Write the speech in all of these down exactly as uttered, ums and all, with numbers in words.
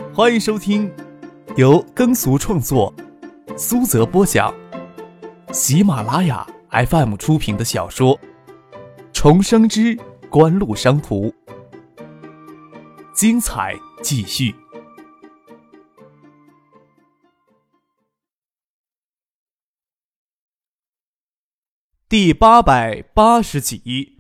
欢迎收听由耕俗创作、苏泽播讲、喜马拉雅 F M 出品的小说《重生之官路商途》，精彩继续。第八百八十集。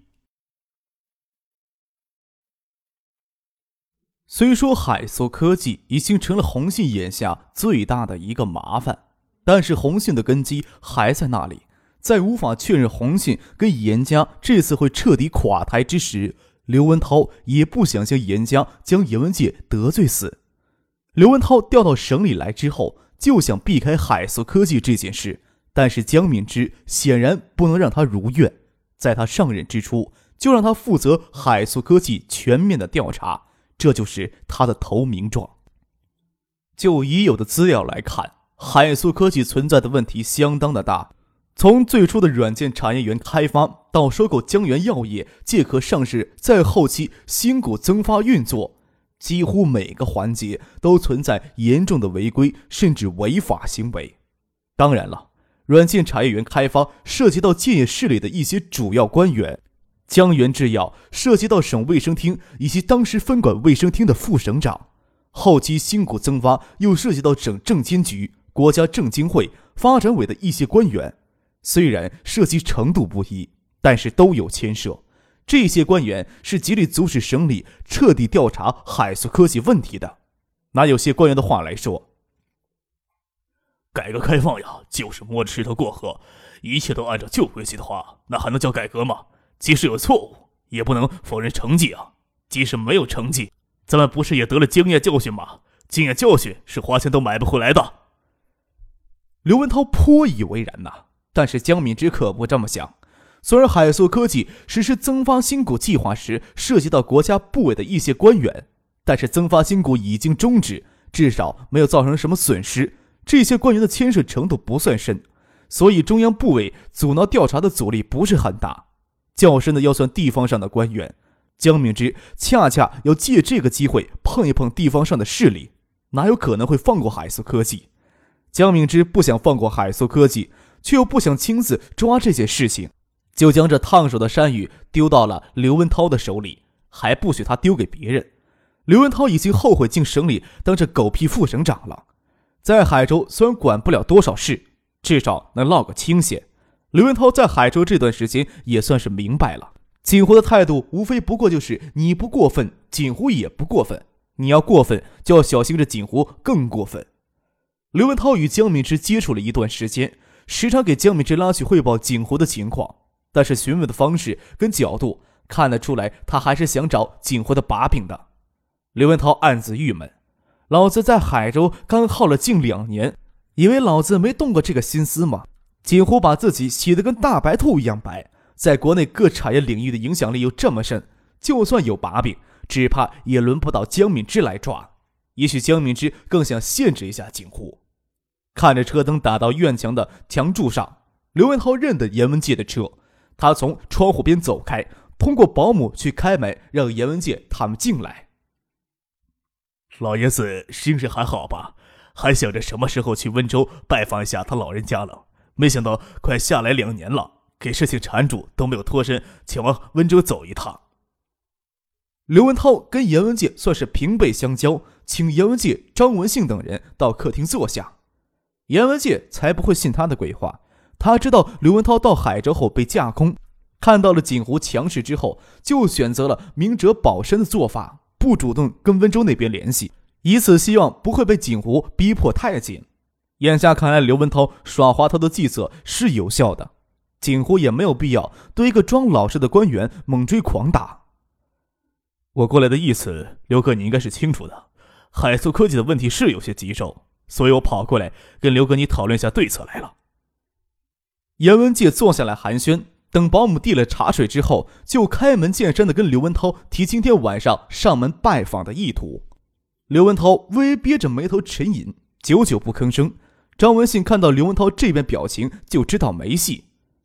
虽说海塑科技已经成了鸿信眼下最大的一个麻烦，但是鸿信的根基还在那里。在无法确认鸿信跟严家这次会彻底垮台之时，刘文涛也不想将严家将严文界得罪死。刘文涛调到省里来之后，就想避开海塑科技这件事，但是江敏之显然不能让他如愿，在他上任之初就让他负责海塑科技全面的调查，这就是他的投名状。就已有的资料来看，海塑科技存在的问题相当的大，从最初的软件产业园开发到收购江源药业借壳上市，再后期新股增发运作，几乎每个环节都存在严重的违规甚至违法行为。当然了，软件产业园开发涉及到建业市里的一些主要官员，江源制药涉及到省卫生厅以及当时分管卫生厅的副省长，后期新股增发又涉及到省证监局、国家证监会、发展委的一些官员，虽然涉及程度不一，但是都有牵涉。这些官员是极力阻止省里彻底调查海塑科技问题的。拿有些官员的话来说， 改革开放呀，就是摸着石头过河，一切都按照旧规矩的话，那还能叫改革吗？即使有错误，也不能否认成绩啊。即使没有成绩，咱们不是也得了经验教训吗？经验教训是花钱都买不回来的。 刘文涛颇以为然呐、啊，但是江敏之可不这么想。虽然海塑科技实施增发新股计划时涉及到国家部委的一些官员，但是增发新股已经终止，至少没有造成什么损失，这些官员的牵涉程度不算深，所以中央部委阻挠调查的阻力不是很大。较深的要算地方上的官员，江敏之恰恰要借这个机会碰一碰地方上的势力，哪有可能会放过海塑科技？江敏之不想放过海塑科技，却又不想亲自抓这件事情，就将这烫手的山芋丢到了刘文涛的手里，还不许他丢给别人。刘文涛已经后悔进省里当这狗屁副省长了，在海州虽然管不了多少事，至少能落个清闲。刘文涛在海州这段时间也算是明白了，锦湖的态度无非不过就是你不过分，锦湖也不过分，你要过分就要小心着锦湖更过分。刘文涛与江敏之接触了一段时间，时常给江敏之拉去汇报锦湖的情况，但是询问的方式跟角度看得出来，他还是想找锦湖的把柄的。刘文涛暗自郁闷，老子在海州刚耗了近两年，以为老子没动过这个心思吗？锦湖把自己洗得跟大白兔一样白，在国内各产业领域的影响力又这么深，就算有把柄，只怕也轮不到江敏之来抓。也许江敏之更想限制一下锦湖。看着车灯打到院墙的墙柱上，刘文涛认得严文界的车，他从窗户边走开，通过保姆去开门，让严文界他们进来。 老爷子精神还好吧？还想着什么时候去温州拜访一下他老人家了，没想到快下来两年了，给事情缠住都没有脱身前往温州走一趟。刘文涛跟严文界算是平辈相交，请严文界、张文信等人到客厅坐下。 严文界才不会信他的鬼话，他知道刘文涛到海州后被架空，看到了锦湖强势之后，就选择了明哲保身的做法，不主动跟温州那边联系，以此希望不会被锦湖逼迫太紧。眼下看来，刘文涛耍滑头的计策是有效的，锦湖也没有必要对一个装老实的官员猛追狂打。 我过来的意思，刘哥你应该是清楚的，海塑科技的问题是有些棘手，所以我跑过来跟刘哥你讨论一下对策来了。 严文界坐下来寒暄，等保姆递了茶水之后，就开门见山地跟刘文涛提今天晚上上门拜访的意图。刘文涛微憋着眉头沉吟，久久不吭声。张文信看到刘文涛这边表情，就知道没戏。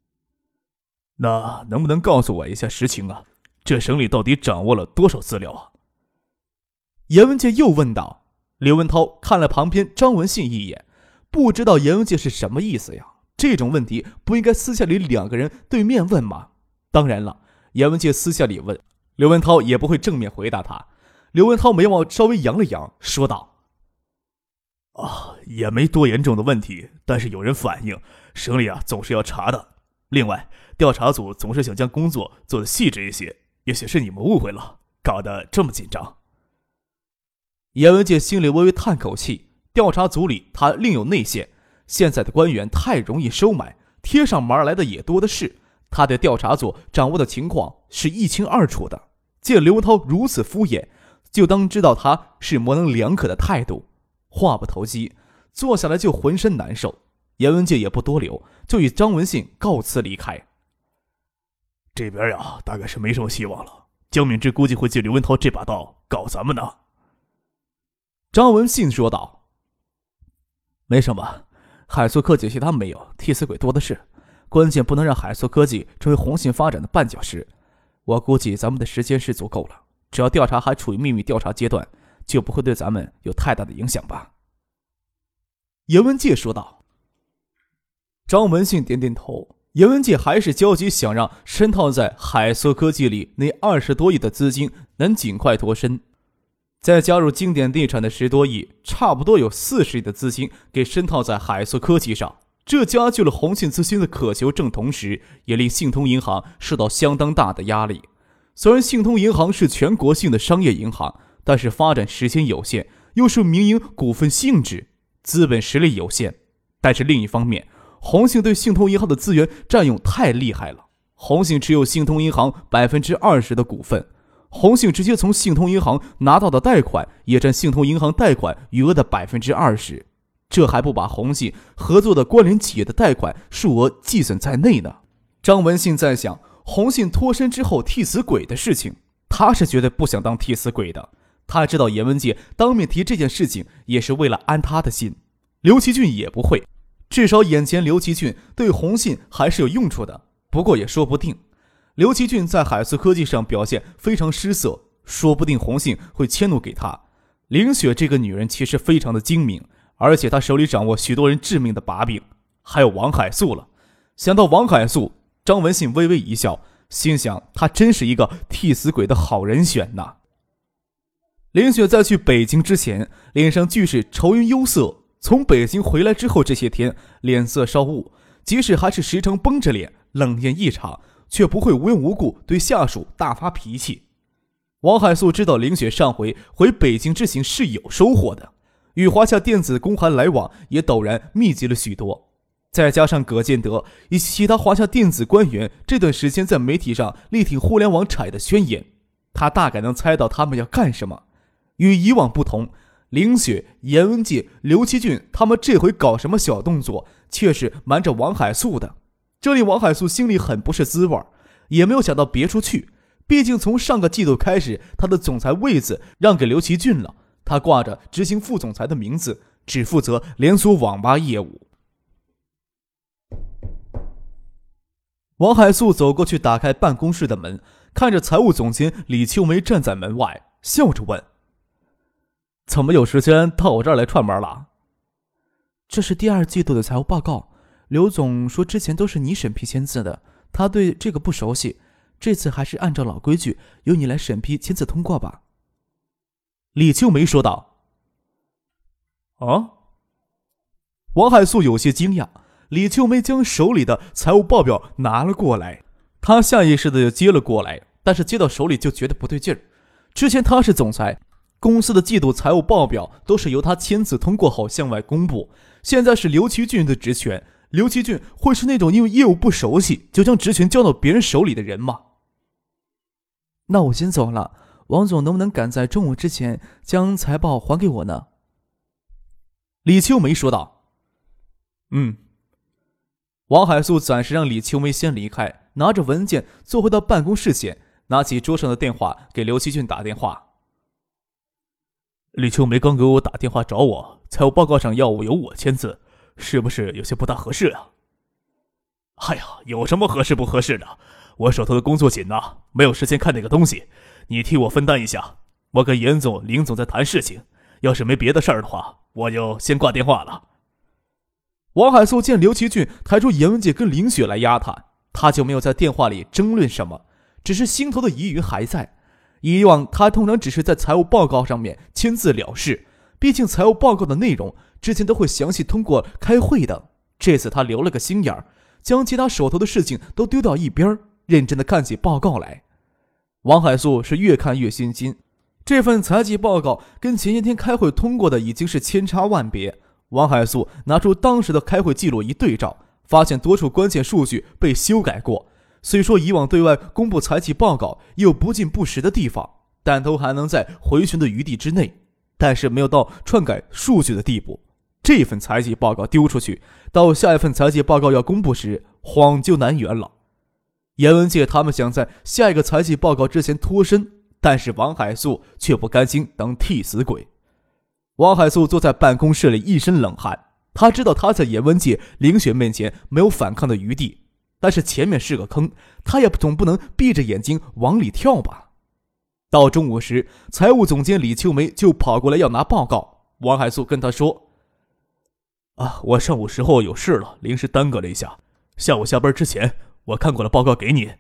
那能不能告诉我一下实情啊？这省里到底掌握了多少资料啊？ 严文界又问道。 刘文涛看了旁边张文信一眼，不知道严文介是什么意思呀？这种问题不应该私下里两个人对面问吗？当然了，严文介私下里问，刘文涛也不会正面回答他。刘文涛眉毛稍微扬了扬，说道： 啊，也没多严重的问题，但是有人反映，省里啊总是要查的。另外，调查组总是想将工作做得细致一些，也许是你们误会了，搞得这么紧张。 严文介心里微微叹口气，调查组里他另有内线，现在的官员太容易收买，贴上门来的也多的是，他对调查组掌握的情况是一清二楚的。见刘文涛如此敷衍，就当知道他是模棱两可的态度，话不投机，坐下来就浑身难受。严文介也不多留，就与张文信告辞离开。 这边呀，大概是没什么希望了。江敏之估计会借刘文涛这把刀搞咱们呢。 张文信说道：没什么，海塑科技其他没有，替死鬼多的是，关键不能让海塑科技成为红信发展的绊脚石。我估计咱们的时间是足够了，只要调查还处于秘密调查阶段，就不会对咱们有太大的影响吧。严文介说道。张文信点点头，严文介还是焦急，想让深套在海塑科技里那二十多亿的资金能尽快脱身，再加入经典地产的十多亿，差不多有四十亿的资金给深套在海塑科技上，这加剧了红信资金的渴求症，同时也令信通银行受到相当大的压力。虽然信通银行是全国性的商业银行，但是发展时间有限，又是民营股份性质，资本实力有限。但是另一方面，红信对信通银行的资源占用太厉害了。红信持有信通银行 百分之二十 的股份，红信直接从信通银行拿到的贷款也占信通银行贷款余额的 百分之二十， 这还不把红信合作的关联企业的贷款数额计算在内呢。张文信在想红信脱身之后替死鬼的事情，他是绝对不想当替死鬼的。他知道严文介当面提这件事情也是为了安他的心，刘其俊也不会，至少眼前刘其俊对红信还是有用处的，不过也说不定。刘其俊在海塑科技上表现非常失色，说不定红信会迁怒给他。林雪这个女人其实非常的精明，而且她手里掌握许多人致命的把柄，还有王海素了。想到王海素，张文信微微一笑，心想他真是一个替死鬼的好人选呐。林雪在去北京之前，脸上俱是愁云忧色，从北京回来之后这些天，脸色稍雾，即使还是时常绷着脸，冷艳异常，却不会无缘无故对下属大发脾气。王海素知道林雪上回回北京之行是有收获的，与华夏电子公函来往也陡然密集了许多，再加上葛建德以及其他华夏电子官员这段时间在媒体上力挺互联网产业的宣言，他大概能猜到他们要干什么。与以往不同，林雪、严文介、刘其俊他们这回搞什么小动作，却是瞒着王海素的，这令王海素心里很不是滋味，也没有想到别处去。毕竟从上个季度开始，他的总裁位子让给刘其俊了，他挂着执行副总裁的名字，只负责连锁网吧业务。王海素走过去，打开办公室的门，看着财务总监李秋梅站在门外，笑着问：怎么有时间到我这儿来串门了？这是第二季度的财务报告，刘总说之前都是你审批签字的，他对这个不熟悉，这次还是按照老规矩，由你来审批签字通过吧。李秋梅说道。啊？王海素有些惊讶，李秋梅将手里的财务报表拿了过来，他下意识的就接了过来，但是接到手里就觉得不对劲儿。之前他是总裁，公司的季度财务报表都是由他签字通过后向外公布，现在是刘其俊的职权，刘其俊会是那种因为业务不熟悉就将职权交到别人手里的人吗？那我先走了，王总能不能赶在中午之前将财报还给我呢？李秋梅说道。嗯。王海素暂时让李秋梅先离开，拿着文件坐回到办公室前，拿起桌上的电话给刘其俊打电话。 李秋梅刚给我打电话找我，财务报告上要我由我签字，是不是有些不大合适啊？哎呀，有什么合适不合适的？我手头的工作紧呐、啊，没有时间看那个东西，你替我分担一下。我跟严总、林总在谈事情， 要是没别的事儿的话，我就先挂电话了。 王海素见刘奇俊抬出严文介跟林雪来压他，他就没有在电话里争论什么，只是心头的疑云还在。以往他通常只是在财务报告上面签字了事，毕竟财务报告的内容之前都会详细通过开会的。这次他留了个心眼儿，将其他手头的事情都丢到一边，认真的看起报告来。王海素是越看越心惊，这份财季报告跟前些天开会通过的已经是千差万别。王海素拿出当时的开会记录一对照，发现多处关键数据被修改过。虽说以往对外公布财季报告也有不尽不实的地方，但都还能在回旋的余地之内，但是没有到篡改数据的地步。这份财季报告丢出去，到下一份财季报告要公布时，晃就难圆了。严文介他们想在下一个财季报告之前脱身，但是王海素却不甘心当替死鬼。王海素坐在办公室里一身冷汗，他知道他在严文介、林雪面前没有反抗的余地，但是前面是个坑，他也总不能闭着眼睛往里跳吧。到中午时，财务总监李秋梅就跑过来要拿报告。王海素跟他说： 啊，我上午时候有事了，临时耽搁了一下，下午下班之前我看过了报告给你。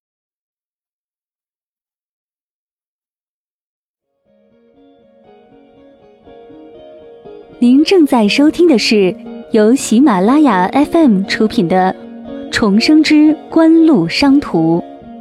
您正在收听的是由喜马拉雅 F M 出品的《重生之官路商途》。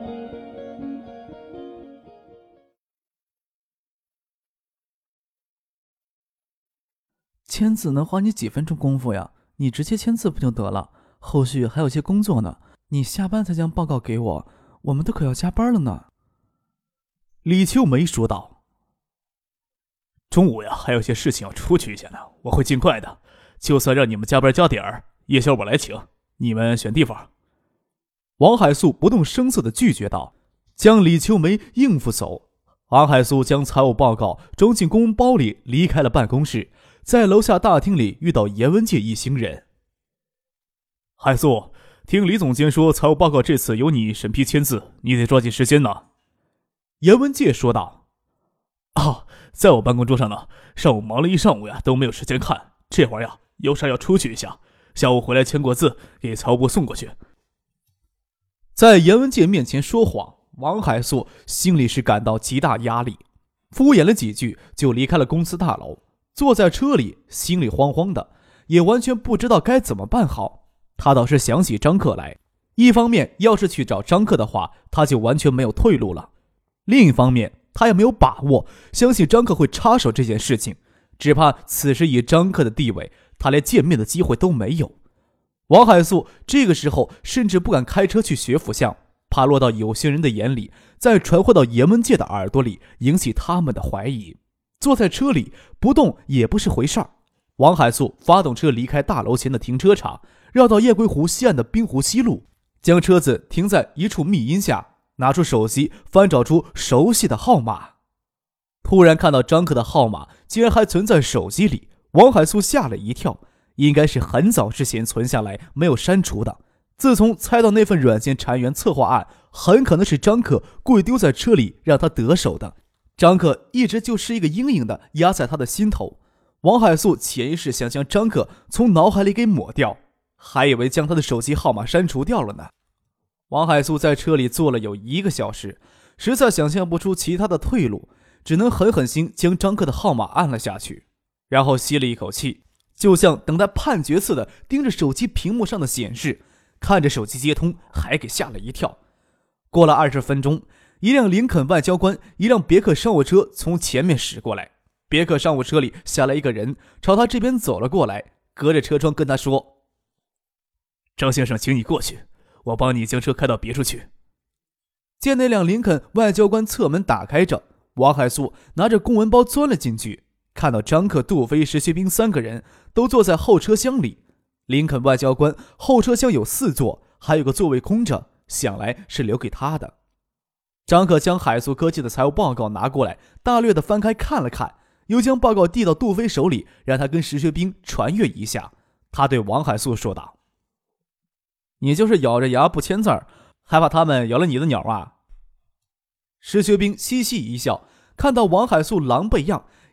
签字能花你几分钟功夫呀？你直接签字不就得了？后续还有些工作呢，你下班才将报告给我，我们都可要加班了呢。 李秋梅说道。中午呀，还有些事情要出去一下呢，我会尽快的。就算让你们加班加点儿，夜宵我来请，你们选地方。 王海素不动声色地拒绝道，将李秋梅应付走。王海素将财务报告装进公文包里，离开了办公室，在楼下大厅里遇到严文介一行人。 海素，听李总监说财务报告这次由你审批签字，你得抓紧时间呢。 严文介说道。 哦，在我办公桌上呢，上午忙了一上午呀，都没有时间看。这会儿呀，有事要出去一下，下午回来签过字，给财务部送过去。 在严文介面前说谎，王海素心里是感到极大压力，敷衍了几句就离开了公司大楼。坐在车里，心里慌慌的，也完全不知道该怎么办好。他倒是想起张克来，一方面要是去找张克的话，他就完全没有退路了；另一方面，他也没有把握相信张克会插手这件事情，只怕此时以张克的地位，他连见面的机会都没有。王海素这个时候甚至不敢开车去学府巷，怕落到有些人的眼里，再传唤到严文介的耳朵里，引起他们的怀疑。坐在车里不动也不是回事儿。王海素发动车离开大楼前的停车场，绕到雁归湖西岸的滨湖西路，将车子停在一处密荫下，拿出手机翻找出熟悉的号码。突然看到张克的号码竟然还存在手机里，王海素吓了一跳，应该是很早之前存下来没有删除的。自从猜到那份软件裁员策划案很可能是张克故意丢在车里让他得手的，张克一直就是一个阴影的压在他的心头。王海素潜意识想将张克从脑海里给抹掉，还以为将他的手机号码删除掉了呢。王海素在车里坐了有一个小时，实在想象不出其他的退路，只能狠狠心将张克的号码按了下去，然后吸了一口气，就像等待判决似的盯着手机屏幕上的显示，看着手机接通，还给吓了一跳。过了二十分钟，一辆林肯外交官一辆别克商务车从前面驶过来，别克商务车里下来一个人，朝他这边走了过来，隔着车窗跟他说： 张先生，请你过去，我帮你将车开到别处去。 见那辆林肯外交官侧门打开着，王海素拿着公文包钻了进去，看到张克、杜飞、石学兵三个人都坐在后车厢里。林肯外交官后车厢有四座，还有个座位空着，想来是留给他的。张克将海素科技的财务报告拿过来，大略的翻开看了看，又将报告递到杜飞手里，让他跟石学兵传阅一下。他对王海素说道：你就是咬着牙不签字儿，还怕他们咬了你的鸟啊？石学兵嘻嘻一笑，看到王海素狼狈样，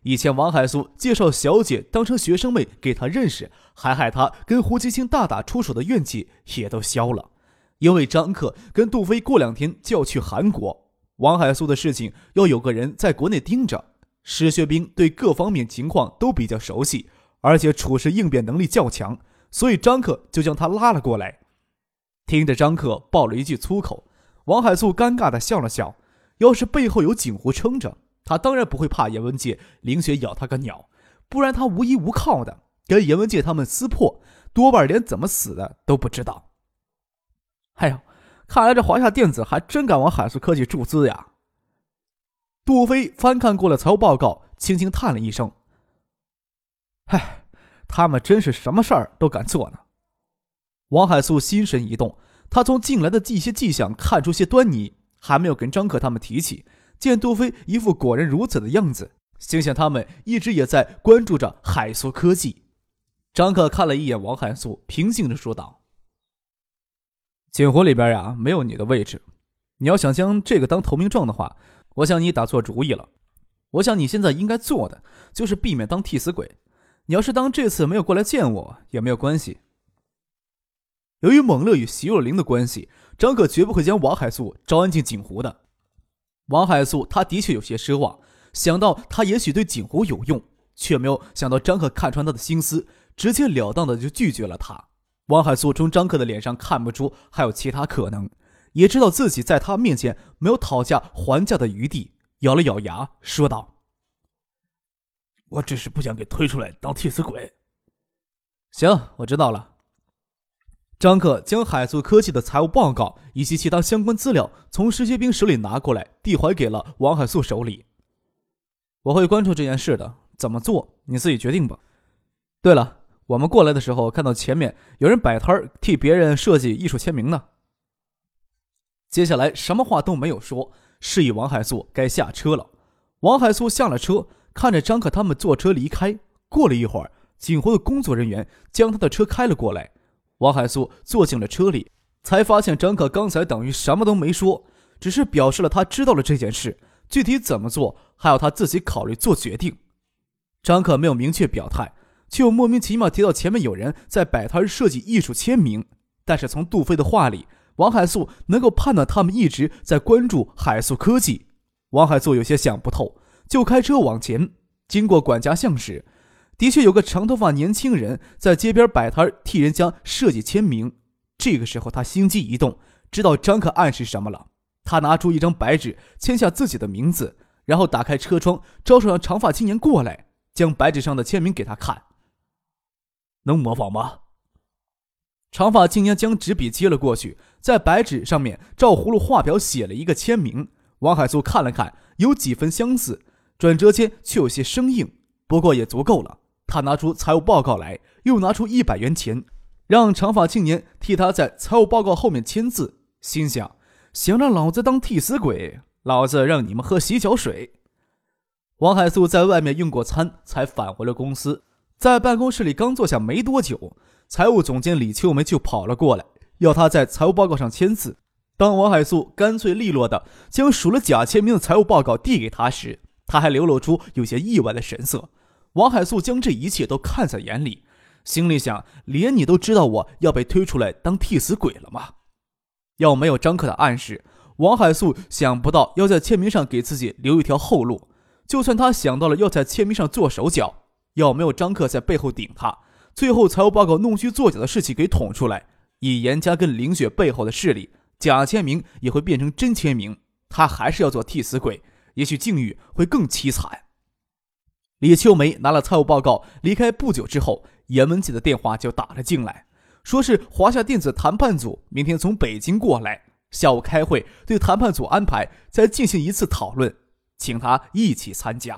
以前王海素介绍小姐当成学生妹给他认识，还害他跟胡吉清大打出手的怨气也都消了。因为张克跟杜飞过两天就要去韩国，王海素的事情要有个人在国内盯着。石学兵对各方面情况都比较熟悉，而且处事应变能力较强，所以张克就将他拉了过来。听着张克爆了一句粗口，王海素尴尬地笑了笑。要是背后有景湖撑着，他当然不会怕严文界、林雪咬他个鸟，不然他无依无靠的跟严文界他们撕破，多半连怎么死的都不知道。哎呦，看来这华夏电子还真敢往海素科技注资呀。杜飞翻看过了财务报告，轻轻叹了一声：唉，他们真是什么事儿都敢做呢。王海素心神一动，他从近来的一些迹象看出些端倪，还没有跟张克他们提起。见杜飞一副果然如此的样子，心想他们一直也在关注着海素科技。张克看了一眼王海素，平静地说道：锦湖里边呀，没有你的位置。你要想将这个当投名状的话，我想你打错主意了。我想你现在应该做的就是避免当替死鬼。你要是当这次没有过来见我也没有关系。由于蒙乐与席若琳的关系，张可绝不会将王海素招安进锦湖的。王海素他的确有些奢望，想到他也许对锦湖有用，却没有想到张可看穿他的心思，直截了当的就拒绝了他。王海素从张克的脸上看不出还有其他可能，也知道自己在他面前没有讨价还价的余地，咬了咬牙说道： 我只是不想给推出来当替死鬼。 行，我知道了。张克将海素科技的财务报告以及其他相关资料从石学兵手里拿过来，递还给了王海素手里。我会关注这件事的，怎么做你自己决定吧。对了，我们过来的时候看到前面有人摆摊替别人设计艺术签名呢。接下来什么话都没有说，示意王海素该下车了。王海素下了车，看着张克他们坐车离开。过了一会儿，锦湖的工作人员将他的车开了过来。王海素坐进了车里，才发现张克刚才等于什么都没说，只是表示了他知道了这件事，具体怎么做还要他自己考虑做决定。张克没有明确表态，却又莫名其妙提到前面有人在摆摊设计艺术签名，但是从杜飞的话里，王海素能够判断他们一直在关注海素科技。王海素有些想不透，就开车往前。经过管家巷时，的确有个长头发年轻人在街边摆摊替人家设计签名。这个时候他心机一动，知道张克暗示什么了。他拿出一张白纸，签下自己的名字，然后打开车窗，招手让长发青年过来，将白纸上的签名给他看。 能模仿吗？ 长发青年将纸笔接了过去，在白纸上面照葫芦画瓢写了一个签名。王海素看了看，有几分相似，转折间却有些生硬，不过也足够了。他拿出财务报告来，又拿出一百元钱，让长发青年替他在财务报告后面签字，心想：想让老子当替死鬼，老子让你们喝洗脚水。王海素在外面用过餐，才返回了公司。在办公室里刚坐下没多久，财务总监李秋梅就跑了过来，要他在财务报告上签字。当王海素干脆利落地将数了假签名的财务报告递给他时，他还流露出有些意外的神色。王海素将这一切都看在眼里，心里想：连你都知道我要被推出来当替死鬼了吗？要没有张克的暗示，王海素想不到要在签名上给自己留一条后路。就算他想到了要在签名上做手脚，要没有张克在背后顶他，最后财务报告弄虚作假的事情给捅出来，以严家跟林雪背后的势力，假签名也会变成真签名，他还是要做替死鬼，也许境遇会更凄惨。李秋梅拿了财务报告离开不久之后，严文杰的电话就打了进来，说是华夏电子谈判组明天从北京过来，下午开会对谈判组安排再进行一次讨论，请他一起参加。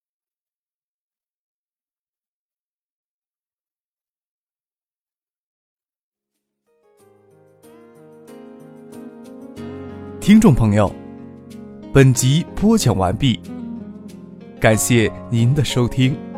听众朋友，本集播讲完毕，感谢您的收听。